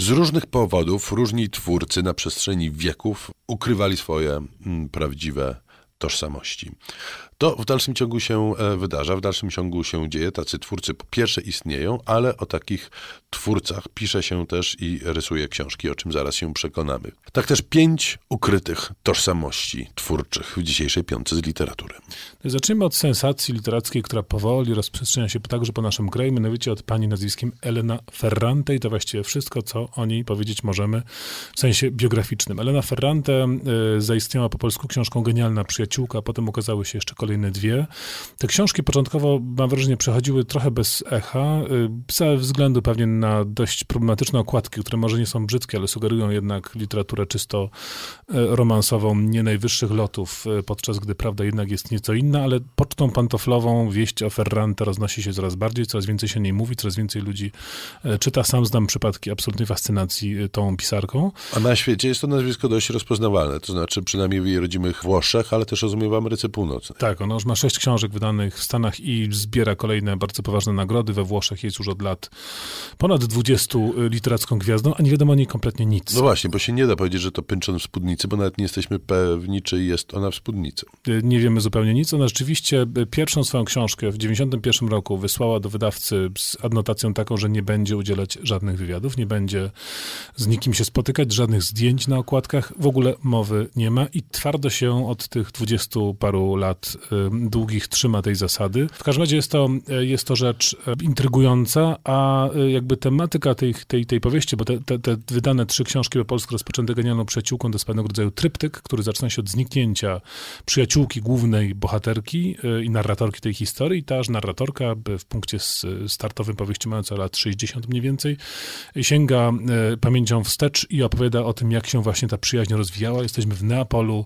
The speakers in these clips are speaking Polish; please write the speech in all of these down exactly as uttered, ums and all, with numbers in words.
Z różnych powodów różni twórcy na przestrzeni wieków ukrywali swoje mm, prawdziwe tożsamości. To w dalszym ciągu się wydarza, w dalszym ciągu się dzieje. Tacy twórcy po pierwsze istnieją, ale o takich twórcach pisze się też i rysuje książki, o czym zaraz się przekonamy. Tak też pięć ukrytych tożsamości twórczych w dzisiejszej piątce z literatury. Zacznijmy od sensacji literackiej, która powoli rozprzestrzenia się także po naszym kraju, mianowicie od pani nazwiskiem Elena Ferrante i to właściwie wszystko, co o niej powiedzieć możemy w sensie biograficznym. Elena Ferrante y, zaistniała po polsku książką Genialna przyjaciółka, a potem ukazały się jeszcze kolejne dwie. Te książki początkowo, mam wrażenie, przechodziły trochę bez echa, y, ze względu pewnie na dość problematyczne okładki, które może nie są brzydkie, ale sugerują jednak literaturę czysto y, romansową, nie najwyższych lotów, y, podczas gdy prawda jednak jest nieco inna, ale pocztą pantoflową wieść o Ferrante roznosi się coraz bardziej, coraz więcej się o niej mówi, coraz więcej ludzi y, czyta. Sam znam przypadki absolutnej fascynacji y, tą pisarką. A na świecie jest to nazwisko dość rozpoznawalne, to znaczy przynajmniej w jej rodzimych Włoszech, ale też rozumiem w Ameryce Północnej. Tak, ona już ma sześć książek wydanych w Stanach i zbiera kolejne bardzo poważne nagrody. We Włoszech jest już od lat ponad dwudziestu literacką gwiazdą, a nie wiadomo o niej kompletnie nic. No właśnie, bo się nie da powiedzieć, że to pynczon w spódnicy, bo nawet nie jesteśmy pewni, czy jest ona w spódnicy. Nie wiemy zupełnie nic. Ona rzeczywiście pierwszą swoją książkę w dziewięćdziesiątym pierwszym roku wysłała do wydawcy z adnotacją taką, że nie będzie udzielać żadnych wywiadów, nie będzie z nikim się spotykać, żadnych zdjęć na okładkach, w ogóle mowy nie ma i twardo się od tych dwudziestu paru lat y, długich trzyma tej zasady. W każdym razie jest to, jest to rzecz intrygująca, a jakby tematyka tej, tej, tej powieści, bo te, te, te wydane trzy książki po polsku rozpoczęte Genialną przyjaciółką to jest pewnego rodzaju tryptyk, który zaczyna się od zniknięcia przyjaciółki głównej bohaterki i narratorki tej historii. I ta narratorka w punkcie startowym powieści mająca lat sześćdziesiąt mniej więcej sięga pamięcią wstecz i opowiada o tym, jak się właśnie ta przyjaźń rozwijała. Jesteśmy w Neapolu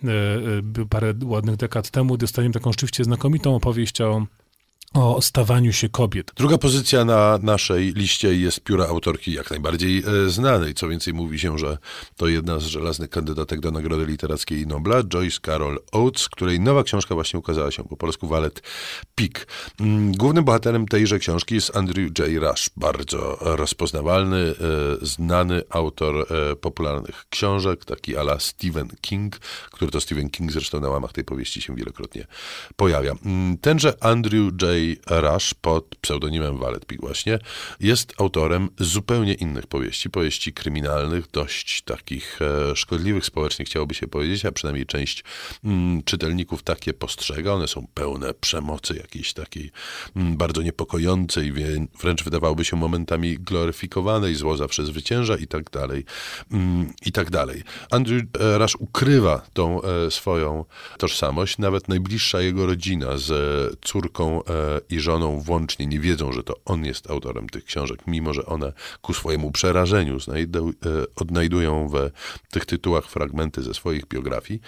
parę ładnych dekad temu, dostaniemy taką rzeczywiście znakomitą opowieść o o stawaniu się kobiet. Druga pozycja na naszej liście jest pióra autorki jak najbardziej e, znanej. Co więcej, mówi się, że to jedna z żelaznych kandydatek do Nagrody Literackiej Nobla, Joyce Carol Oates, której nowa książka właśnie ukazała się po polsku, Walet Pik. Mm, głównym bohaterem tejże książki jest Andrew J. Rush, bardzo rozpoznawalny, e, znany autor e, popularnych książek, taki a la Stephen King, który to Stephen King zresztą na łamach tej powieści się wielokrotnie pojawia. Mm, tenże Andrew J. Rush pod pseudonimem Walet Pik właśnie jest autorem zupełnie innych powieści, powieści kryminalnych, dość takich e, szkodliwych społecznie chciałoby się powiedzieć, a przynajmniej część mm, czytelników takie postrzega. One są pełne przemocy jakiejś takiej mm, bardzo niepokojącej, wie, wręcz wydawałoby się momentami gloryfikowanej, zło zawsze zwycięża i tak dalej, mm, i tak dalej. Andrew Rush ukrywa tą e, swoją tożsamość, nawet najbliższa jego rodzina z e, córką e, i żoną włącznie nie wiedzą, że to on jest autorem tych książek, mimo że one ku swojemu przerażeniu znajdu, e, odnajdują w tych tytułach fragmenty ze swoich biografii.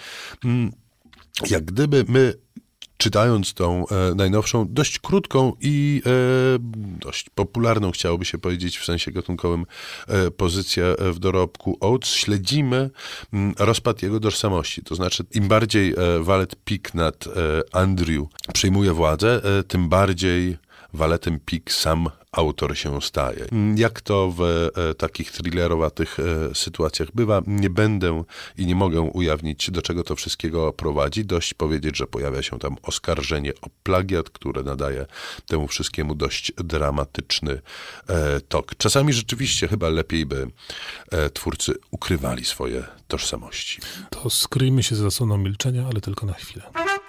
Jak gdyby my, czytając tą e, najnowszą, dość krótką i e, dość popularną, chciałoby się powiedzieć w sensie gatunkowym, e, pozycję w dorobku Oates, śledzimy m, rozpad jego tożsamości. To znaczy, im bardziej e, Walet Pik nad e, Andrew przyjmuje władzę, e, tym bardziej Waletem Pik sam autor się staje. Jak to w e, takich thrillerowatych e, sytuacjach bywa, nie będę i nie mogę ujawnić, do czego to wszystkiego prowadzi. Dość powiedzieć, że pojawia się tam oskarżenie o plagiat, które nadaje temu wszystkiemu dość dramatyczny e, tok. Czasami rzeczywiście chyba lepiej by e, twórcy ukrywali swoje tożsamości. To skryjmy się za zasłoną milczenia, ale tylko na chwilę.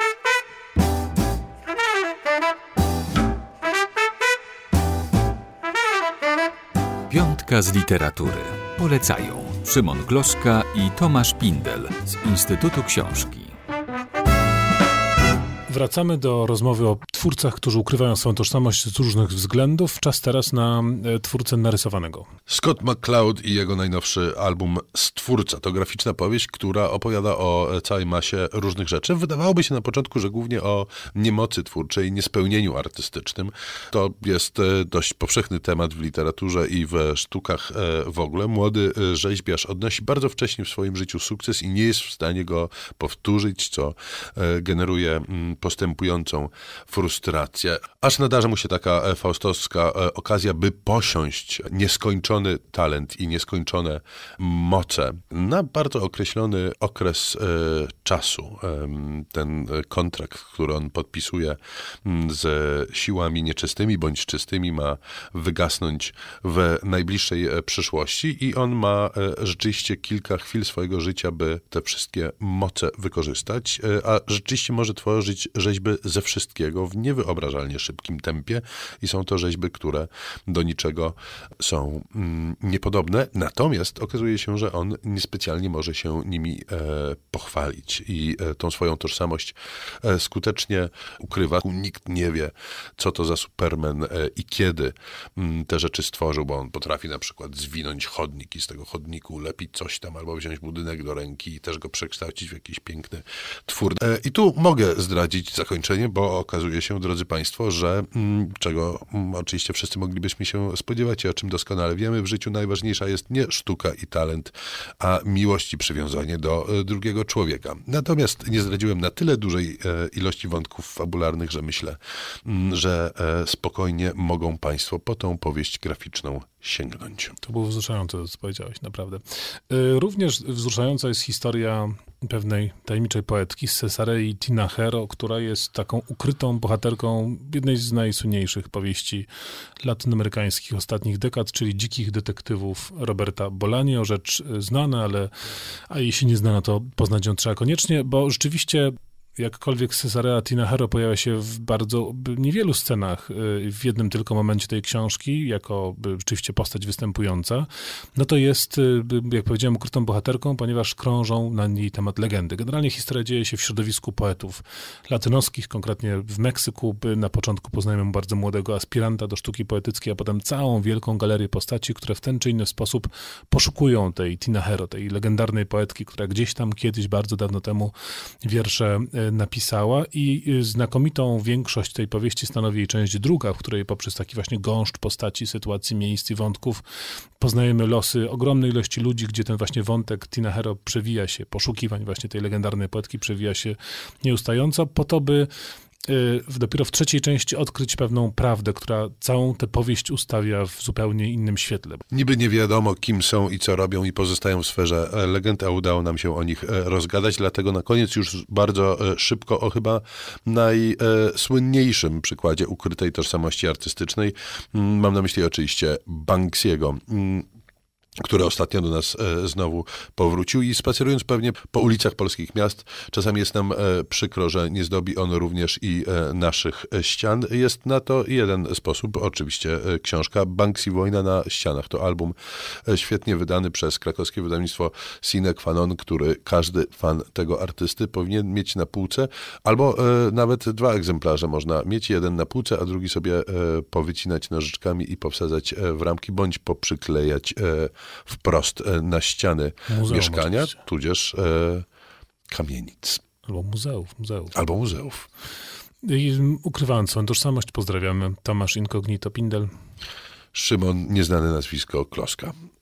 Piątka z literatury. Polecają Szymon Gloszka i Tomasz Pindel z Instytutu Książki. Wracamy do rozmowy o twórcach, którzy ukrywają swoją tożsamość z różnych względów. Czas teraz na e, twórcę narysowanego. Scott McCloud i jego najnowszy album Stwórca. To graficzna powieść, która opowiada o całej masie różnych rzeczy. Wydawałoby się na początku, że głównie o niemocy twórczej, niespełnieniu artystycznym. To jest e, dość powszechny temat w literaturze i w sztukach e, w ogóle. Młody e, rzeźbiarz odnosi bardzo wcześnie w swoim życiu sukces i nie jest w stanie go powtórzyć, co e, generuje m, postępującą frustrację. frustracja, aż nadarza mu się taka faustowska okazja, by posiąść nieskończony talent i nieskończone moce na bardzo określony okres e, czasu. E, ten kontrakt, który on podpisuje z siłami nieczystymi bądź czystymi, ma wygasnąć w najbliższej przyszłości i on ma e, rzeczywiście kilka chwil swojego życia, by te wszystkie moce wykorzystać, e, a rzeczywiście może tworzyć rzeźby ze wszystkiego w niewyobrażalnie szybkim tempie i są to rzeźby, które do niczego są mm, niepodobne. Natomiast okazuje się, że on niespecjalnie może się nimi e, pochwalić i e, tą swoją tożsamość e, skutecznie ukrywa. Nikt nie wie, co to za Superman e, i kiedy m, te rzeczy stworzył, bo on potrafi na przykład zwinąć chodnik i z tego chodniku lepić coś tam, albo wziąć budynek do ręki i też go przekształcić w jakiś piękny twór. E, I tu mogę zdradzić zakończenie, bo okazuje się, drodzy Państwo, że m, czego m, oczywiście wszyscy moglibyśmy się spodziewać i o czym doskonale wiemy, w życiu najważniejsza jest nie sztuka i talent, a miłość i przywiązanie do e, drugiego człowieka. Natomiast nie zdradziłem na tyle dużej e, ilości wątków fabularnych, że myślę, m, że e, spokojnie mogą Państwo po tą powieść graficzną sięgnąć. To było wzruszające, co powiedziałeś, naprawdę. Y, również wzruszająca jest historia pewnej tajemniczej poetki z Cesarei Tinahero, która jest taką ukrytą bohaterką jednej z najsłynniejszych powieści latynoamerykańskich ostatnich dekad, czyli Dzikich detektywów Roberta Bolaño. Rzecz znana, ale a jeśli nie znana, to poznać ją trzeba koniecznie, bo rzeczywiście jakkolwiek Cesarea Tinahero pojawia się w bardzo niewielu scenach, w jednym tylko momencie tej książki, jako rzeczywiście postać występująca, no to jest, jak powiedziałem, ukrytą bohaterką, ponieważ krążą na niej temat legendy. Generalnie historia dzieje się w środowisku poetów latynoskich, konkretnie w Meksyku. Na początku poznajemy bardzo młodego aspiranta do sztuki poetyckiej, a potem całą wielką galerię postaci, które w ten czy inny sposób poszukują tej Tinahero, tej legendarnej poetki, która gdzieś tam kiedyś, bardzo dawno temu wiersze napisała i znakomitą większość tej powieści stanowi jej część druga, w której poprzez taki właśnie gąszcz postaci, sytuacji, miejsc i wątków poznajemy losy ogromnej ilości ludzi, gdzie ten właśnie wątek Tinahero przewija się, poszukiwań właśnie tej legendarnej poetki przewija się nieustająco, po to, by w, dopiero w trzeciej części odkryć pewną prawdę, która całą tę powieść ustawia w zupełnie innym świetle. Niby nie wiadomo, kim są i co robią i pozostają w sferze legend, a udało nam się o nich rozgadać, dlatego na koniec już bardzo szybko o chyba najsłynniejszym przykładzie ukrytej tożsamości artystycznej. Mam na myśli oczywiście Banksiego, który ostatnio do nas e, znowu powrócił i spacerując pewnie po ulicach polskich miast, czasami jest nam e, przykro, że nie zdobi on również i e, naszych ścian. Jest na to jeden sposób, oczywiście e, książka Banksy Wojna na ścianach. To album e, świetnie wydany przez krakowskie wydawnictwo Sine Qua Non, który każdy fan tego artysty powinien mieć na półce, albo e, nawet dwa egzemplarze można mieć, jeden na półce, a drugi sobie e, powycinać nożyczkami i powsadzać e, w ramki, bądź poprzyklejać e, wprost na ściany Muzeum mieszkania, oczywiście. tudzież e, kamienic. Albo muzeów, muzeów. Albo muzeów. I ukrywając swoją tożsamość, pozdrawiamy. Tomasz Incognito Pindel. Szymon, nieznane nazwisko Kloska.